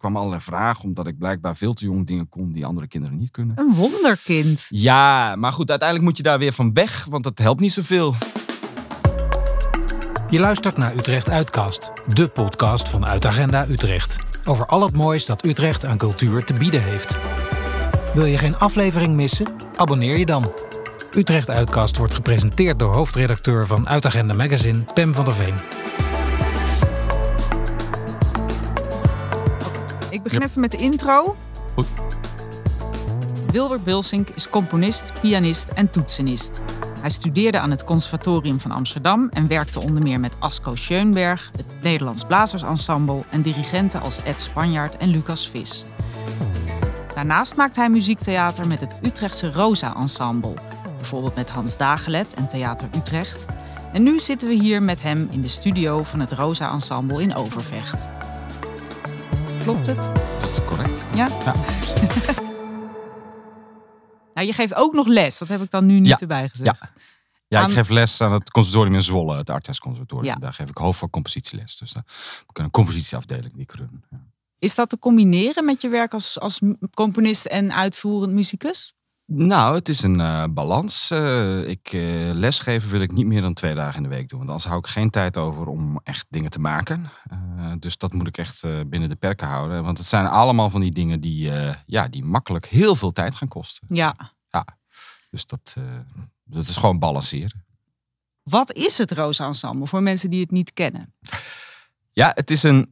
kwamen allerlei vragen, omdat ik blijkbaar veel te jong dingen kon die andere kinderen niet kunnen. Een wonderkind. Ja, maar goed, uiteindelijk moet je daar weer van weg, want dat helpt niet zoveel. Je luistert naar Utrecht Uitcast, de podcast van Uitagenda Utrecht. Over al het moois dat Utrecht aan cultuur te bieden heeft. Wil je geen aflevering missen? Abonneer je dan. Utrecht Uitcast wordt gepresenteerd door hoofdredacteur van Uitagenda Magazine, Pam van der Veen. Ik begin even met de intro. Goed. Wilbert Bulsink is componist, pianist en toetsenist. Hij studeerde aan het Conservatorium van Amsterdam en werkte onder meer met Asko Schoenberg, het Nederlands Blazersensemble en dirigenten als Ed Spanjaard en Lucas Vis. Daarnaast maakt hij muziektheater met het Utrechtse Rosa Ensemble, bijvoorbeeld met Hans Dagelet en Theater Utrecht. En nu zitten we hier met hem in de studio van het Rosa Ensemble in Overvecht. Klopt het? Dat is correct. Ja? Ja. Nou, je geeft ook nog les, dat heb ik dan nu niet erbij gezegd. Ja, ik geef les aan het conservatorium in Zwolle, het Artes Conservatorium. Ja. Daar geef ik hoofd van compositieles. Dus daar heb ik een compositieafdeling die ik run. Ja. Is dat te combineren met je werk als componist en uitvoerend muzikus? Nou, het is een balans. Lesgeven wil ik niet meer dan 2 dagen in de week doen. Want anders hou ik geen tijd over om echt dingen te maken. Dus dat moet ik echt binnen de perken houden. Want het zijn allemaal van die dingen die makkelijk heel veel tijd gaan kosten. Ja. Dus dat is gewoon balanceren. Wat is het Rosa Ensemble voor mensen die het niet kennen? Ja, het is een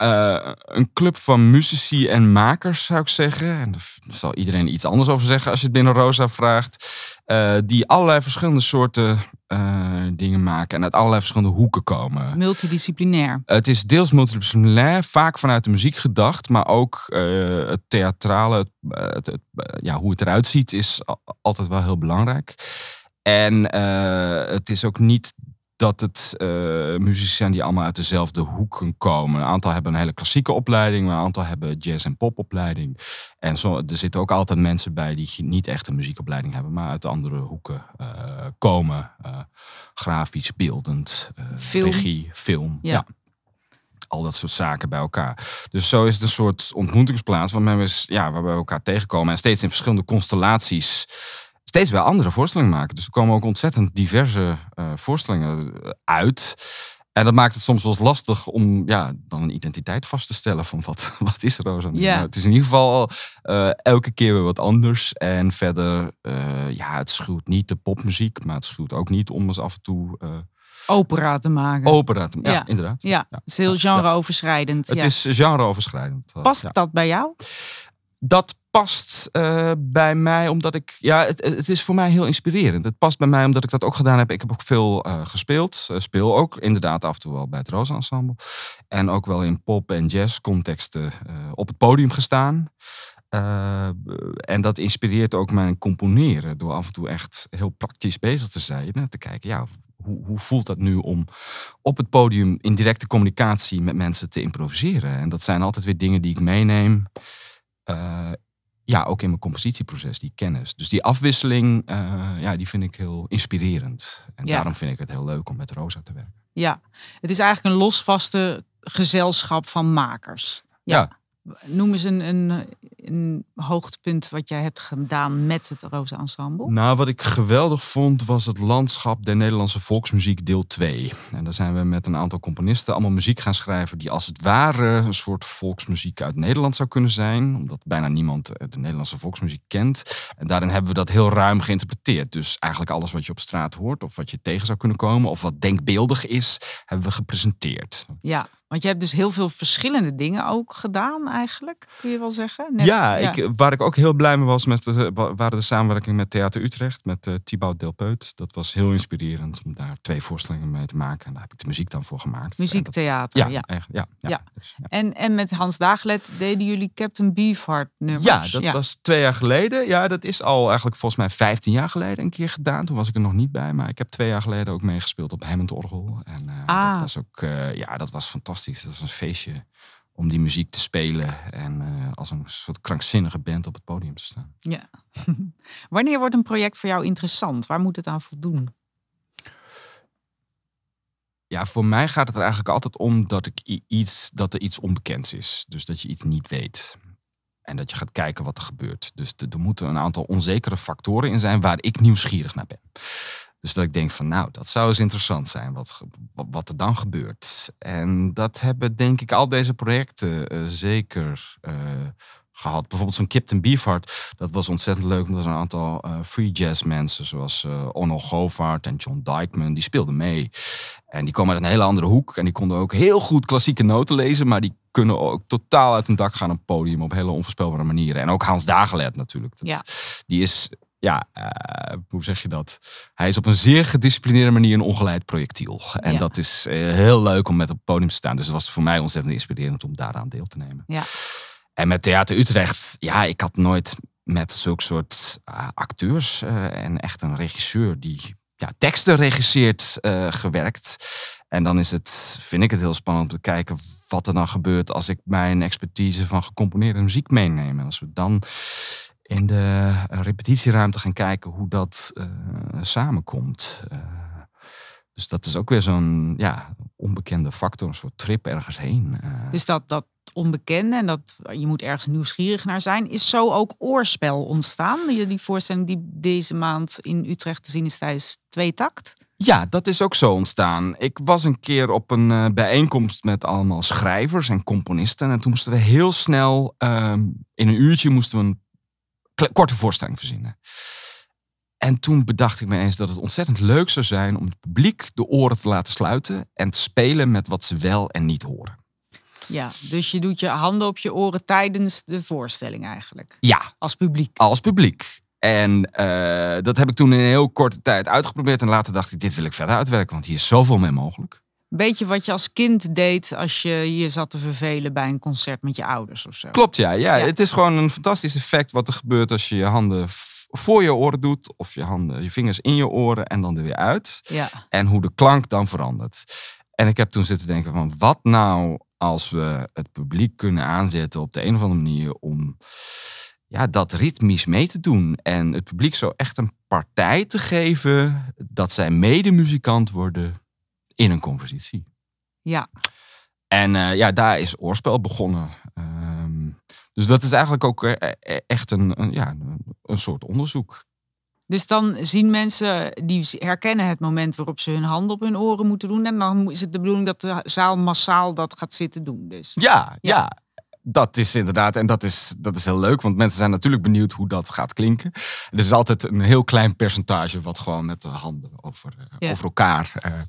club van muzici en makers, zou ik zeggen. En daar zal iedereen iets anders over zeggen als je het binnen Rosa vraagt. Die allerlei verschillende soorten dingen maken en uit allerlei verschillende hoeken komen. Multidisciplinair. Het is deels multidisciplinair, vaak vanuit de muziek gedacht, maar ook het theatrale, hoe het eruit ziet, is altijd wel heel belangrijk. En het is ook niet dat het muzici zijn die allemaal uit dezelfde hoeken komen. Een aantal hebben een hele klassieke opleiding, maar een aantal hebben jazz- en popopleiding. En er zitten ook altijd mensen bij die niet echt een muziekopleiding hebben, maar uit andere hoeken komen. Grafisch, beeldend, regie, film. Ja. Al dat soort zaken bij elkaar. Dus zo is het een soort ontmoetingsplaats waar we elkaar tegenkomen en steeds in verschillende constellaties steeds wel andere voorstellingen maken. Dus er komen ook ontzettend diverse voorstellingen uit. En dat maakt het soms wel eens lastig om dan een identiteit vast te stellen van wat is Rosa nu? Ja. Nou, het is in ieder geval elke keer weer wat anders. En verder, het schuwt niet de popmuziek, maar het schuwt ook niet om eens af en toe Opera te maken. opera te maken. Ja, inderdaad. Ja, het is heel genreoverschrijdend. Het is genreoverschrijdend. Past dat bij jou? Dat past bij mij omdat ik... Ja, het is voor mij heel inspirerend. Het past bij mij omdat ik dat ook gedaan heb. Ik heb ook veel gespeeld. Speel ook inderdaad af en toe wel bij het Rosa Ensemble. En ook wel in pop- en jazz-contexten op het podium gestaan. En dat inspireert ook mijn componeren. Door af en toe echt heel praktisch bezig te zijn. Te kijken, hoe voelt dat nu om op het podium in directe communicatie met mensen te improviseren? En dat zijn altijd weer dingen die ik meeneem. Ook in mijn compositieproces, die kennis. Dus die afwisseling, die vind ik heel inspirerend. En daarom vind ik het heel leuk om met Rosa te werken. Ja, het is eigenlijk een losvaste gezelschap van makers. Ja. Noem eens een hoogtepunt wat jij hebt gedaan met het Rosa Ensemble. Nou, wat ik geweldig vond was het landschap der Nederlandse volksmuziek deel 2. En daar zijn we met een aantal componisten allemaal muziek gaan schrijven die als het ware een soort volksmuziek uit Nederland zou kunnen zijn. Omdat bijna niemand de Nederlandse volksmuziek kent. En daarin hebben we dat heel ruim geïnterpreteerd. Dus eigenlijk alles wat je op straat hoort of wat je tegen zou kunnen komen of wat denkbeeldig is, hebben we gepresenteerd. Ja. Want je hebt dus heel veel verschillende dingen ook gedaan eigenlijk, kun je wel zeggen. Waar ik ook heel blij mee was, waren de samenwerking met Theater Utrecht, met Thibaut Delpeut. Dat was heel inspirerend om daar 2 voorstellingen mee te maken. En daar heb ik de muziek dan voor gemaakt. Muziektheater, Dus. En met Hans Dagelet deden jullie Captain Beefheart nummers? Ja, dat was 2 jaar geleden. Ja, dat is al eigenlijk volgens mij 15 jaar geleden een keer gedaan. Toen was ik er nog niet bij, maar ik heb 2 jaar geleden ook meegespeeld op Hammond-orgel. En dat was ook, dat was fantastisch. Dat was een feestje om die muziek te spelen en als een soort krankzinnige band op het podium te staan. Ja. Wanneer wordt een project voor jou interessant? Waar moet het aan voldoen? Ja, voor mij gaat het er eigenlijk altijd om dat er iets onbekends is. Dus dat je iets niet weet. En dat je gaat kijken wat er gebeurt. Dus er moeten een aantal onzekere factoren in zijn waar ik nieuwsgierig naar ben. Dus dat ik denk van dat zou eens interessant zijn wat er dan gebeurt. En dat hebben denk ik al deze projecten zeker gehad. Bijvoorbeeld zo'n Kipton Beefheart. Dat was ontzettend leuk omdat er een aantal free jazz mensen zoals Onno Govaert en John Dykman, die speelden mee. En die komen uit een hele andere hoek. En die konden ook heel goed klassieke noten lezen. Maar die kunnen ook totaal uit hun dak gaan op het podium op hele onvoorspelbare manieren. En ook Hans Dagelet natuurlijk. Die is... hoe zeg je dat? Hij is op een zeer gedisciplineerde manier een ongeleid projectiel. En dat is heel leuk om met op het podium te staan. Dus het was voor mij ontzettend inspirerend om daaraan deel te nemen. Ja. En met Theater Utrecht, ik had nooit met zulke soort acteurs en echt een regisseur die teksten regisseert gewerkt. En dan vind ik het heel spannend om te kijken wat er dan gebeurt als ik mijn expertise van gecomponeerde muziek meeneem. En als we dan in de repetitieruimte gaan kijken hoe dat samenkomt. Dus dat is ook weer zo'n onbekende factor, een soort trip ergens heen. Dus dat onbekende en dat je moet ergens nieuwsgierig naar zijn, is zo ook Oorspel ontstaan? Die voorstelling die deze maand in Utrecht te zien is tijdens Tweetakt? Ja, dat is ook zo ontstaan. Ik was een keer op een bijeenkomst met allemaal schrijvers en componisten. En toen moesten we heel snel, in een uurtje moesten we een korte voorstelling verzinnen. En toen bedacht ik me eens dat het ontzettend leuk zou zijn om het publiek de oren te laten sluiten en te spelen met wat ze wel en niet horen. Ja, dus je doet je handen op je oren tijdens de voorstelling eigenlijk? Ja. Als publiek? Als publiek. En dat heb ik toen in een heel korte tijd uitgeprobeerd. En later dacht ik, dit wil ik verder uitwerken, want hier is zoveel mee mogelijk. Beetje wat je als kind deed als je je zat te vervelen bij een concert met je ouders of zo. Klopt, ja. Het is gewoon een fantastisch effect wat er gebeurt als je je handen voor je oren doet. Of je vingers in je oren en dan er weer uit. Ja. En hoe de klank dan verandert. En ik heb toen zitten denken van, wat nou als we het publiek kunnen aanzetten op de een of andere manier om dat ritmisch mee te doen. En het publiek zo echt een partij te geven dat zij medemuzikant worden in een compositie. Ja. En daar is Oorspel begonnen. Dus dat is eigenlijk ook echt een soort onderzoek. Dus dan zien mensen, die herkennen het moment waarop ze hun handen op hun oren moeten doen. En dan is het de bedoeling dat de zaal massaal dat gaat zitten doen. Dus. Ja. Dat is inderdaad, en dat is heel leuk, want mensen zijn natuurlijk benieuwd hoe dat gaat klinken. Er is altijd een heel klein percentage wat gewoon met de handen over elkaar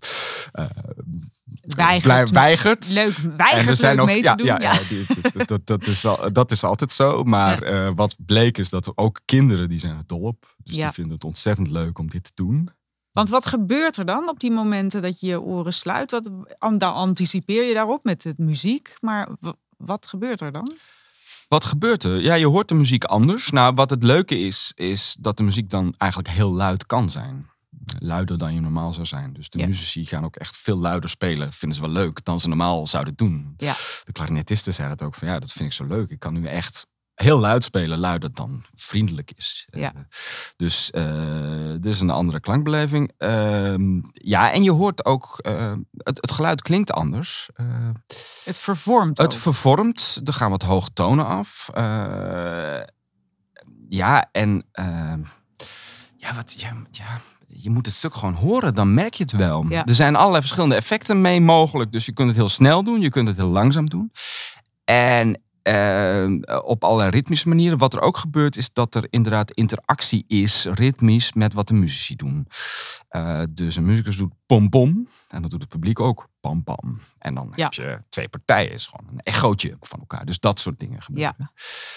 weigert. Leuk, weigert mee te doen. Dat is altijd zo. Maar wat bleek is dat er ook kinderen, die zijn er dol op. Dus die vinden het ontzettend leuk om dit te doen. Want wat gebeurt er dan op die momenten dat je je oren sluit? Dan anticipeer je daarop met de muziek, maar wat gebeurt er dan? Wat gebeurt er? Ja, je hoort de muziek anders. Nou, wat het leuke is dat de muziek dan eigenlijk heel luid kan zijn. Luider dan je normaal zou zijn. Dus de muzici gaan ook echt veel luider spelen. Vinden ze wel leuk dan ze normaal zouden doen. Ja. De klarinetisten zeiden het ook van, dat vind ik zo leuk. Ik kan nu echt heel luid spelen, luider dan vriendelijk is. Ja. Dus dit is een andere klankbeleving. En je hoort ook, het geluid klinkt anders. Het vervormt ook. Het vervormt, er gaan wat hoge tonen af. Je moet het stuk gewoon horen, dan merk je het wel. Ja. Er zijn allerlei verschillende effecten mee mogelijk. Dus je kunt het heel snel doen, je kunt het heel langzaam doen. En op allerlei ritmische manieren. Wat er ook gebeurt is dat er inderdaad interactie is, ritmisch, met wat de muzici doen. Dus een muzikus doet pom pom en dat doet het publiek ook pam pam. En dan heb je twee partijen, is gewoon een echootje van elkaar. Dus dat soort dingen gebeuren.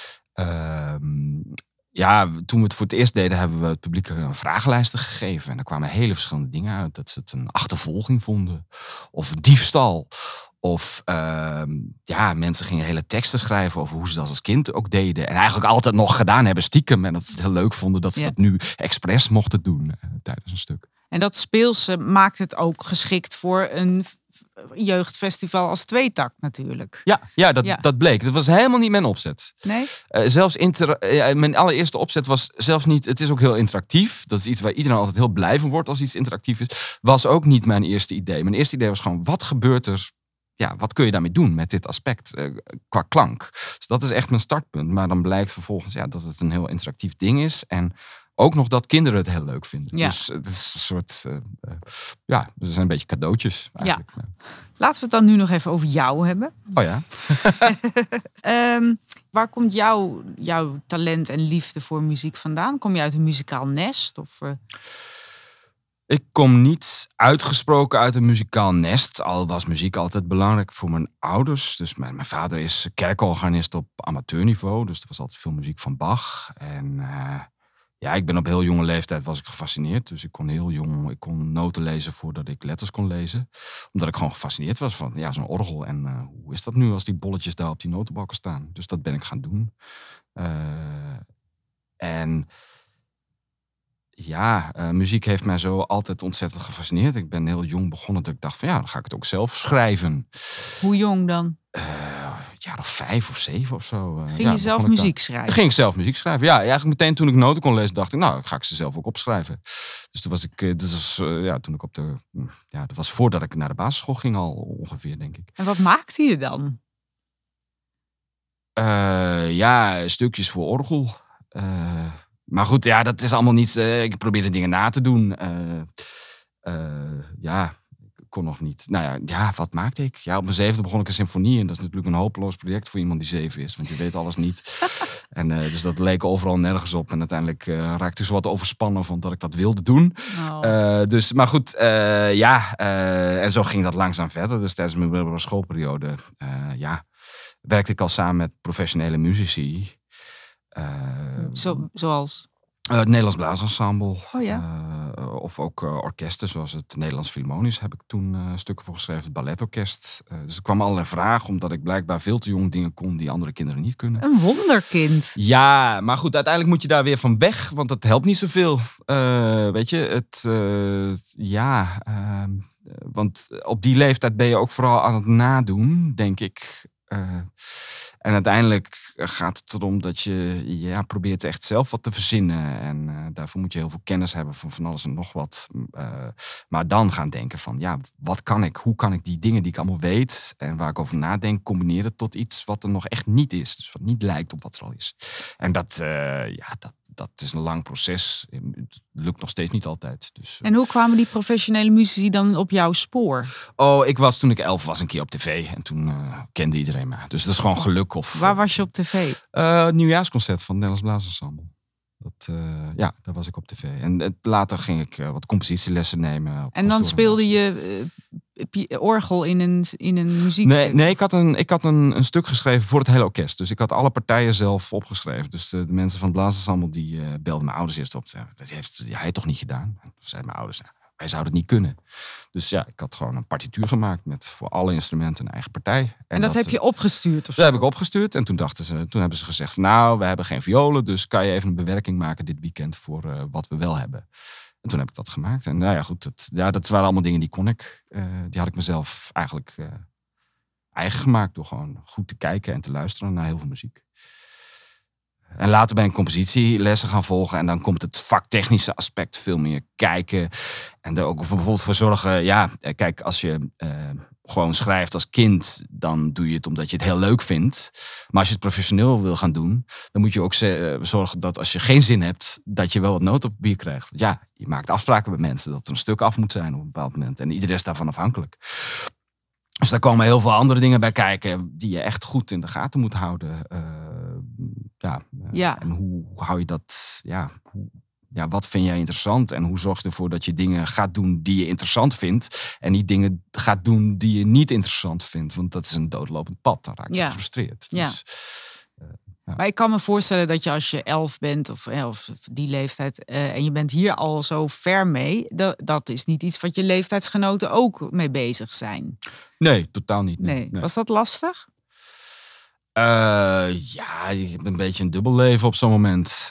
Toen we het voor het eerst deden, hebben we het publiek een vragenlijsten gegeven. En er kwamen hele verschillende dingen uit. Dat ze het een achtervolging vonden. Of diefstal. Of mensen gingen hele teksten schrijven over hoe ze dat als kind ook deden. En eigenlijk altijd nog gedaan hebben stiekem. En dat ze het heel leuk vonden dat ze dat nu expres mochten doen tijdens een stuk. En dat speelse maakt het ook geschikt voor een jeugdfestival als tweetakt natuurlijk. Ja, dat bleek. Dat was helemaal niet mijn opzet. Nee? Zelfs mijn allereerste opzet was zelfs niet... Het is ook heel interactief. Dat is iets waar iedereen altijd heel blij van wordt als iets interactief is. Was ook niet mijn eerste idee. Mijn eerste idee was gewoon, wat gebeurt er? Ja, wat kun je daarmee doen met dit aspect qua klank? Dus dat is echt mijn startpunt. Maar dan blijkt vervolgens dat het een heel interactief ding is. En ook nog dat kinderen het heel leuk vinden. Ja. Dus het is een soort... er zijn een beetje cadeautjes eigenlijk. Ja. Laten we het dan nu nog even over jou hebben. Oh ja? Waar komt jouw talent en liefde voor muziek vandaan? Kom je uit een muzikaal nest? Of... Ik kom niet uitgesproken uit een muzikaal nest. Al was muziek altijd belangrijk voor mijn ouders. Dus mijn vader is kerkorganist op amateurniveau. Dus er was altijd veel muziek van Bach. En ik ben op heel jonge leeftijd was ik gefascineerd. Dus ik kon heel jong, ik kon noten lezen voordat ik letters kon lezen. Omdat ik gewoon gefascineerd was van zo'n orgel. En hoe is dat nu als die bolletjes daar op die notenbalken staan? Dus dat ben ik gaan doen. Muziek heeft mij zo altijd ontzettend gefascineerd. Ik ben heel jong begonnen dat ik dacht van dan ga ik het ook zelf schrijven. Hoe jong dan? Jaar of 5 of 7 of zo. Ging je zelf muziek schrijven? Ging ik zelf muziek schrijven. Ja, eigenlijk meteen toen ik noten kon lezen dacht ik, ga ik ze zelf ook opschrijven. Dus toen was ik, toen ik dat was voordat ik naar de basisschool ging al ongeveer, denk ik. En wat maakte je dan? Stukjes voor orgel. Maar goed, dat is allemaal niet... ik probeerde dingen na te doen. Ik kon nog niet... wat maakte ik? Ja, op mijn 7e begon ik een symfonie. En dat is natuurlijk een hopeloos project voor iemand die 7 is. Want je weet alles niet. En dus dat leek overal nergens op. En uiteindelijk raakte ik zo wat overspannen van dat ik dat wilde doen. Oh. Maar goed, en zo ging dat langzaam verder. Dus tijdens mijn middelbare schoolperiode... werkte ik al samen met professionele muzici... Zoals? Het Nederlands Blaasensemble. Oh ja. Of ook orkesten zoals het Nederlands Philharmonisch heb ik toen stukken voor geschreven. Het balletorkest. Dus er kwam allerlei vragen omdat ik blijkbaar veel te jong dingen kon die andere kinderen niet kunnen. Een wonderkind. Ja, maar goed, uiteindelijk moet je daar weer van weg. Want dat helpt niet zoveel. Weet je, want op die leeftijd ben je ook vooral aan het nadoen, denk ik. En uiteindelijk gaat het erom dat je probeert echt zelf wat te verzinnen. En daarvoor moet je heel veel kennis hebben van alles en nog wat. Maar dan gaan denken van, wat kan ik? Hoe kan ik die dingen die ik allemaal weet en waar ik over nadenk, combineren tot iets wat er nog echt niet is. Dus wat niet lijkt op wat er al is. En dat is een lang proces. Het lukt nog steeds niet altijd. Dus, En hoe kwamen die professionele muzici dan op jouw spoor? Ik was toen ik 11 was een keer op tv. En toen kende iedereen me. Dus dat is gewoon geluk. Waar was je op tv? Het nieuwjaarsconcert van het Nederlands Blaasensemble. Daar was ik op tv. En later ging ik wat compositielessen nemen. En dan speelde je orgel in een muziekstuk? Nee, ik had een stuk geschreven voor het hele orkest. Dus ik had alle partijen zelf opgeschreven. Dus de mensen van het Blaasensemble die belden mijn ouders eerst op. Dat heeft hij toch niet gedaan? Toen zeiden mijn ouders, wij zouden het niet kunnen. Dus ik had gewoon een partituur gemaakt met voor alle instrumenten een eigen partij. En dat heb je opgestuurd? Of zo? Dat heb ik opgestuurd. En toen hebben ze gezegd van, we hebben geen violen. Dus kan je even een bewerking maken dit weekend voor wat we wel hebben. En toen heb ik dat gemaakt. En dat waren allemaal dingen die kon ik. Die had ik mezelf eigenlijk eigen gemaakt door gewoon goed te kijken en te luisteren naar heel veel muziek. En later ben ik compositielessen gaan volgen. En dan komt het vaktechnische aspect veel meer kijken. En er ook bijvoorbeeld voor zorgen. Kijk, als je gewoon schrijft als kind, dan doe je het omdat je het heel leuk vindt. Maar als je het professioneel wil gaan doen, dan moet je ook zorgen dat als je geen zin hebt, dat je wel wat noten op papier krijgt. Want je maakt afspraken met mensen dat er een stuk af moet zijn op een bepaald moment. En iedereen is daarvan afhankelijk. Dus daar komen heel veel andere dingen bij kijken die je echt goed in de gaten moet houden. En hoe hou je dat? Wat vind jij interessant? En hoe zorg je ervoor dat je dingen gaat doen die je interessant vindt en niet dingen gaat doen die je niet interessant vindt? Want dat is een doodlopend pad. Dan raak je gefrustreerd. Ja. Dus, Maar ik kan me voorstellen dat je als je 11 bent of die leeftijd en je bent hier al zo ver mee, dat is niet iets wat je leeftijdsgenoten ook mee bezig zijn. Nee, totaal niet. Nee. Was dat lastig? Je hebt een beetje een dubbel leven op zo'n moment.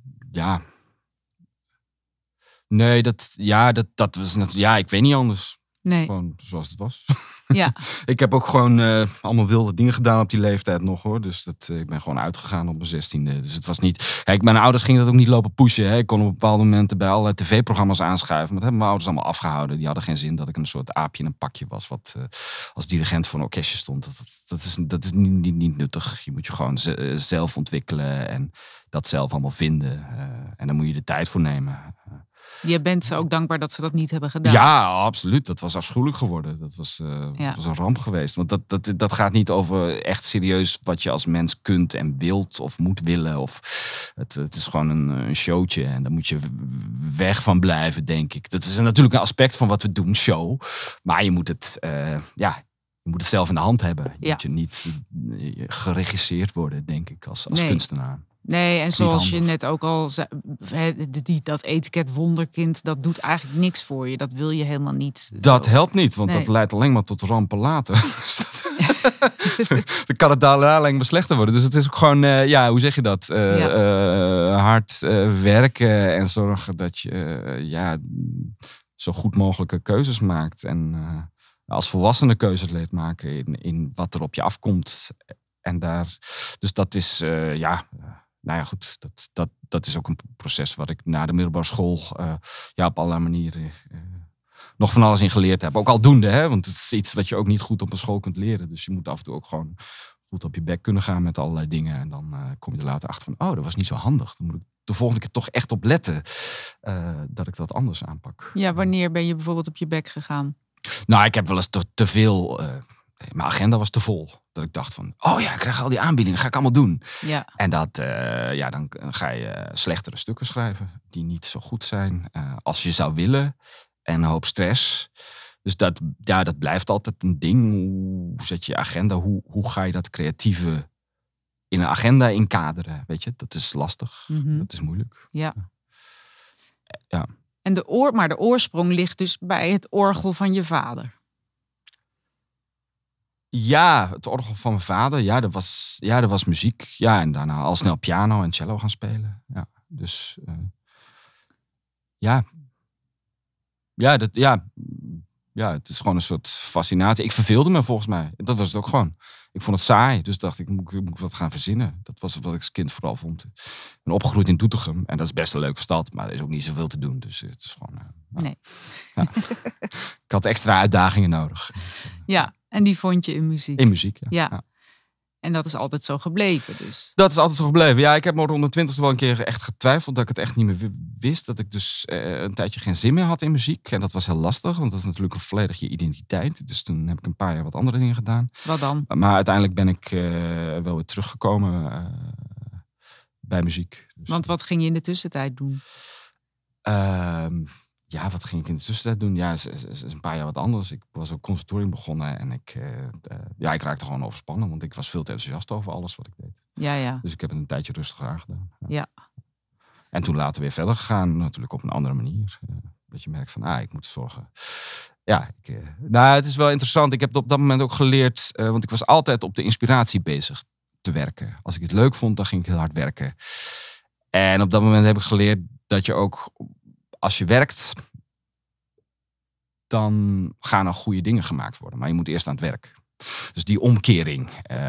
Nee, dat was natuurlijk. Ja, ik weet niet anders. Nee. Gewoon zoals het was. Ja. Ik heb ook gewoon allemaal wilde dingen gedaan op die leeftijd nog hoor. Dus ik ben gewoon uitgegaan op mijn 16e. Dus het was niet... Kijk, mijn ouders gingen dat ook niet lopen pushen. Hè. Ik kon op bepaalde momenten bij allerlei tv-programma's aanschuiven. Maar dat hebben mijn ouders allemaal afgehouden. Die hadden geen zin dat ik een soort aapje in een pakje was. Wat als dirigent voor een orkestje stond. Dat is niet nuttig. Je moet je gewoon zelf ontwikkelen. En dat zelf allemaal vinden. En daar moet je de tijd voor nemen. Je bent ze ook dankbaar dat ze dat niet hebben gedaan. Ja, absoluut. Dat was afschuwelijk geworden. Dat was een ramp geweest. Want dat gaat niet over echt serieus wat je als mens kunt en wilt of moet willen. Het is gewoon een showtje en daar moet je weg van blijven, denk ik. Dat is natuurlijk een aspect van wat we doen, show. Maar je moet het, je moet het zelf in de hand hebben. Je moet je niet geregisseerd worden, denk ik, als kunstenaar. Nee, en zoals je net ook al zei, dat etiket wonderkind, dat doet eigenlijk niks voor je. Dat wil je helemaal niet. Dat helpt niet, want dat leidt alleen maar tot rampen later. Dan kan het daar alleen maar slechter worden. Dus het is ook gewoon, hoe zeg je dat? Hard werken en zorgen dat je zo goed mogelijke keuzes maakt. En als volwassene keuzes leert maken in wat er op je afkomt. En daar, dus dat is, goed, dat is ook een proces wat ik na de middelbare school op allerlei manieren nog van alles in geleerd heb. Ook aldoende, hè? Want het is iets wat je ook niet goed op een school kunt leren. Dus je moet af en toe ook gewoon goed op je bek kunnen gaan met allerlei dingen. En dan kom je er later achter van, dat was niet zo handig. Dan moet ik de volgende keer toch echt op letten dat ik dat anders aanpak. Ja, wanneer ben je bijvoorbeeld op je bek gegaan? Nou, ik heb wel eens te veel... mijn agenda was te vol. Dat ik dacht van, ik krijg al die aanbiedingen, ga ik allemaal doen. Ja. En dan ga je slechtere stukken schrijven. Die niet zo goed zijn als je zou willen. En een hoop stress. Dus dat blijft altijd een ding. Hoe zet je agenda? Hoe ga je dat creatieve in een agenda inkaderen? Weet je, dat is lastig. Mm-hmm. Dat is moeilijk. Ja. Ja. En de oorsprong ligt dus bij het orgel van je vader. Ja, het orgel van mijn vader. Ja, er was muziek. Ja, en daarna al snel piano en cello gaan spelen. Ja, dus het is gewoon een soort fascinatie. Ik verveelde me volgens mij. Dat was het ook gewoon. Ik vond het saai, dus dacht ik moet wat gaan verzinnen. Dat was wat ik als kind vooral vond. Ik ben opgegroeid in Doetinchem en dat is best een leuke stad, maar er is ook niet zoveel te doen. Dus het is gewoon... Nee. Ja. Ik had extra uitdagingen nodig. Ja, en die vond je in muziek? In muziek, ja. En dat is altijd zo gebleven dus? Dat is altijd zo gebleven. Ja, ik heb me rond de 20e wel een keer echt getwijfeld dat ik het echt niet meer wist. Dat ik dus een tijdje geen zin meer had in muziek. En dat was heel lastig, want dat is natuurlijk volledig je identiteit. Dus toen heb ik een paar jaar wat andere dingen gedaan. Wat dan? Maar uiteindelijk ben ik wel weer teruggekomen bij muziek. Dus, want wat ging je in de tussentijd doen? Wat ging ik in de tussentijd doen? Ja, is een paar jaar wat anders. Ik was ook conservatorium begonnen en ik raakte gewoon overspannen, want ik was veel te enthousiast over alles wat ik deed. Ja. Dus ik heb het een tijdje rustig aangedaan. Ja. En toen later weer verder gegaan, natuurlijk op een andere manier. Dat je merkt van, ik moet zorgen. Ja, het is wel interessant. Ik heb op dat moment ook geleerd, want ik was altijd op de inspiratie bezig te werken. Als ik het leuk vond, dan ging ik heel hard werken. En op dat moment heb ik geleerd dat je ook, als je werkt, dan gaan er goede dingen gemaakt worden. Maar je moet eerst aan het werk. Dus die omkering,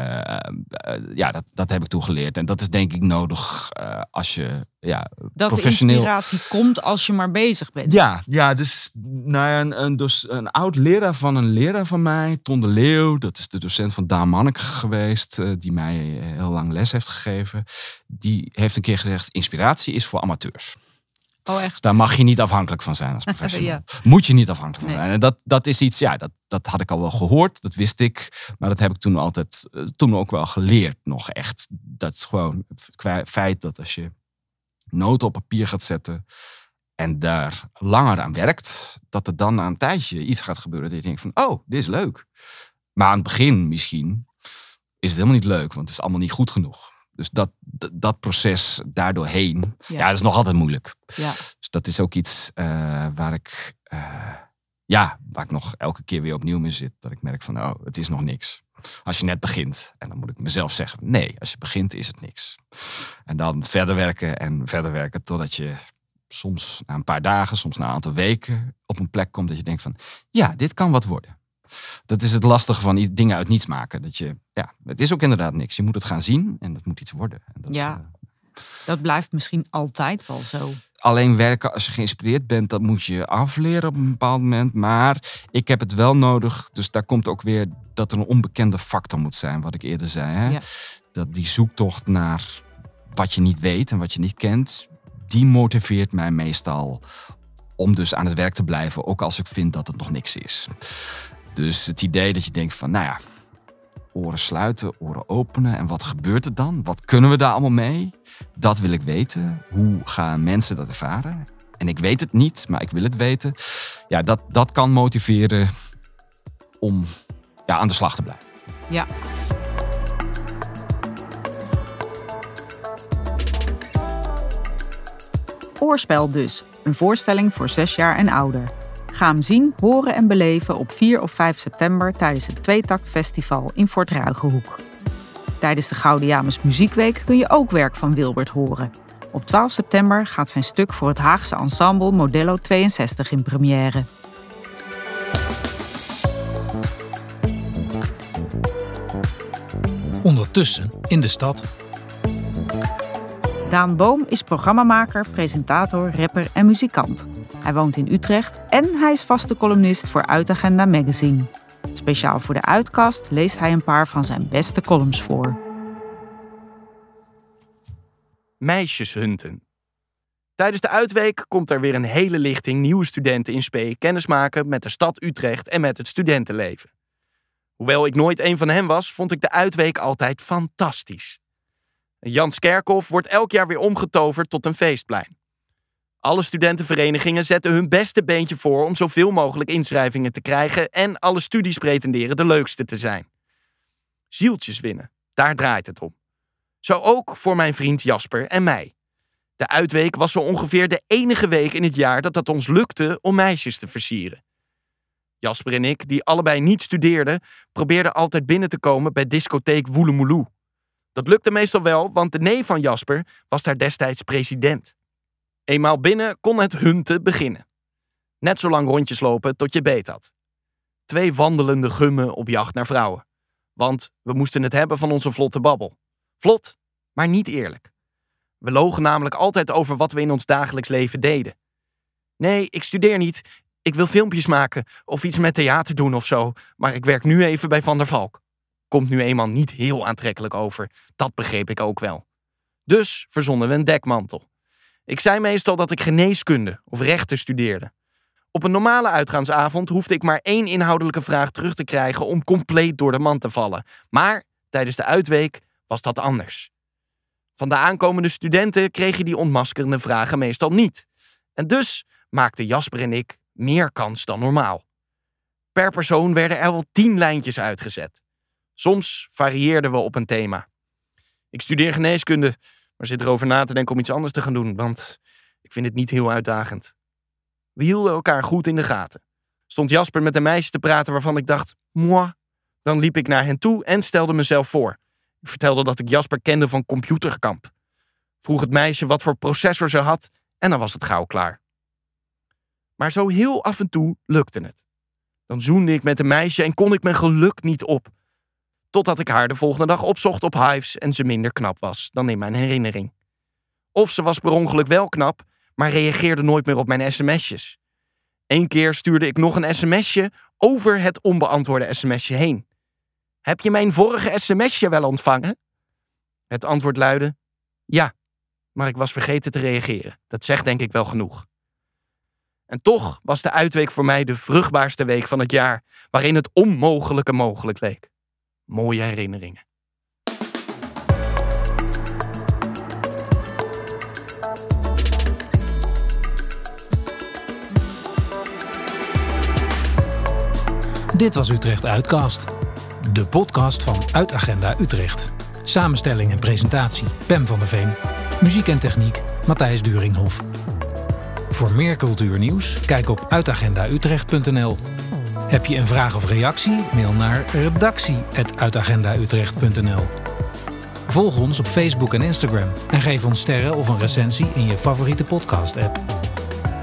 dat heb ik toen geleerd. En dat is denk ik nodig als je dat professioneel... de inspiratie komt als je maar bezig bent. Ja, dus een oud leraar van mij, Ton de Leeuw, dat is de docent van Daan Manneke geweest, die mij heel lang les heeft gegeven. Die heeft een keer gezegd, inspiratie is voor amateurs. Oh, echt? Dus daar mag je niet afhankelijk van zijn als professional. Ja. Moet je niet afhankelijk van zijn. En dat is iets, dat had ik al wel gehoord, dat wist ik. Maar dat heb ik toen ook wel geleerd nog echt. Dat is gewoon het feit dat als je noten op papier gaat zetten en daar langer aan werkt, dat er dan na een tijdje iets gaat gebeuren dat je denkt van, dit is leuk. Maar aan het begin misschien is het helemaal niet leuk, want het is allemaal niet goed genoeg. Dus dat proces daardoorheen, dat is nog altijd moeilijk. Ja. Dus dat is ook iets waar ik nog elke keer weer opnieuw mee zit. Dat ik merk van, het is nog niks. Als je net begint, en dan moet ik mezelf zeggen, nee, als je begint is het niks. En dan verder werken totdat je soms na een paar dagen, soms na een aantal weken op een plek komt dat je denkt van, ja, dit kan wat worden. Dat is het lastige van dingen uit niets maken. Het is ook inderdaad niks. Je moet het gaan zien en dat moet iets worden. En dat blijft misschien altijd wel zo. Alleen werken als je geïnspireerd bent, dat moet je afleren op een bepaald moment. Maar ik heb het wel nodig. Dus daar komt ook weer dat er een onbekende factor moet zijn, wat ik eerder zei. Hè? Ja. Dat die zoektocht naar wat je niet weet en wat je niet kent, die motiveert mij meestal om dus aan het werk te blijven, ook als ik vind dat het nog niks is. Dus het idee dat je denkt van, nou ja, oren sluiten, oren openen. En wat gebeurt er dan? Wat kunnen we daar allemaal mee? Dat wil ik weten. Hoe gaan mensen dat ervaren? En ik weet het niet, maar ik wil het weten. Ja, dat kan motiveren om aan de slag te blijven. Ja. Oorspel dus. Een voorstelling voor 6 jaar en ouder. Ga hem zien, horen en beleven op 4 of 5 september tijdens het Tweetakt Festival in Fort Ruigenhoek. Tijdens de Gaudeamus Muziekweek kun je ook werk van Wilbert horen. Op 12 september gaat zijn stuk voor het Haagse ensemble Modello 62 in première. Ondertussen in de stad. Daan Boom is programmamaker, presentator, rapper en muzikant. Hij woont in Utrecht en hij is vaste columnist voor Uitagenda Magazine. Speciaal voor de Uitkast leest hij een paar van zijn beste columns voor. Meisjeshunten. Tijdens de Uitweek komt er weer een hele lichting nieuwe studenten in spe kennismaken met de stad Utrecht en met het studentenleven. Hoewel ik nooit een van hen was, vond ik de Uitweek altijd fantastisch. Janskerkhof wordt elk jaar weer omgetoverd tot een feestplein. Alle studentenverenigingen zetten hun beste beentje voor om zoveel mogelijk inschrijvingen te krijgen en alle studies pretenderen de leukste te zijn. Zieltjes winnen, daar draait het om. Zo ook voor mijn vriend Jasper en mij. De Uitweek was zo ongeveer de enige week in het jaar dat het ons lukte om meisjes te versieren. Jasper en ik, die allebei niet studeerden, probeerden altijd binnen te komen bij discotheek Woelemoeloe. Dat lukte meestal wel, want de neef van Jasper was daar destijds president. Eenmaal binnen kon het hunten beginnen. Net zo lang rondjes lopen tot je beet had. 2 wandelende gummen op jacht naar vrouwen. Want we moesten het hebben van onze vlotte babbel. Vlot, maar niet eerlijk. We logen namelijk altijd over wat we in ons dagelijks leven deden. Nee, ik studeer niet. Ik wil filmpjes maken of iets met theater doen of zo. Maar ik werk nu even bij Van der Valk. Komt nu eenmaal niet heel aantrekkelijk over. Dat begreep ik ook wel. Dus verzonnen we een dekmantel. Ik zei meestal dat ik geneeskunde of rechten studeerde. Op een normale uitgaansavond hoefde ik maar 1 inhoudelijke vraag terug te krijgen om compleet door de mand te vallen. Maar tijdens de Uitweek was dat anders. Van de aankomende studenten kreeg je die ontmaskerende vragen meestal niet. En dus maakten Jasper en ik meer kans dan normaal. Per persoon werden er wel 10 lijntjes uitgezet. Soms varieerden we op een thema. Ik studeer geneeskunde, maar zit erover na te denken om iets anders te gaan doen, want ik vind het niet heel uitdagend. We hielden elkaar goed in de gaten. Stond Jasper met een meisje te praten waarvan ik dacht, moi. Dan liep ik naar hen toe en stelde mezelf voor. Ik vertelde dat ik Jasper kende van Computerkamp. Vroeg het meisje wat voor processor ze had en dan was het gauw klaar. Maar zo heel af en toe lukte het. Dan zoende ik met een meisje en kon ik mijn geluk niet op. Totdat ik haar de volgende dag opzocht op Hives en ze minder knap was dan in mijn herinnering. Of ze was per ongeluk wel knap, maar reageerde nooit meer op mijn sms'jes. 1 keer stuurde ik nog een sms'je over het onbeantwoorde sms'je heen. Heb je mijn vorige sms'je wel ontvangen? Het antwoord luidde, ja, maar ik was vergeten te reageren. Dat zegt denk ik wel genoeg. En toch was de Uitweek voor mij de vruchtbaarste week van het jaar, waarin het onmogelijke mogelijk leek. Mooie herinneringen. Dit was Utrecht Uitcast. De podcast van Uitagenda Utrecht. Samenstelling en presentatie Pem van der Veen. Muziek en techniek Matthijs Duringhoff. Voor meer cultuurnieuws kijk op uitagendautrecht.nl. Heb je een vraag of reactie? Mail naar redactie@uitagendautrecht.nl. Volg ons op Facebook en Instagram en geef ons sterren of een recensie in je favoriete podcast-app.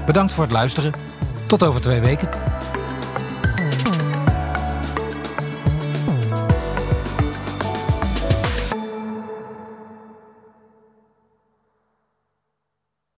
Bedankt voor het luisteren. Tot over 2 weken.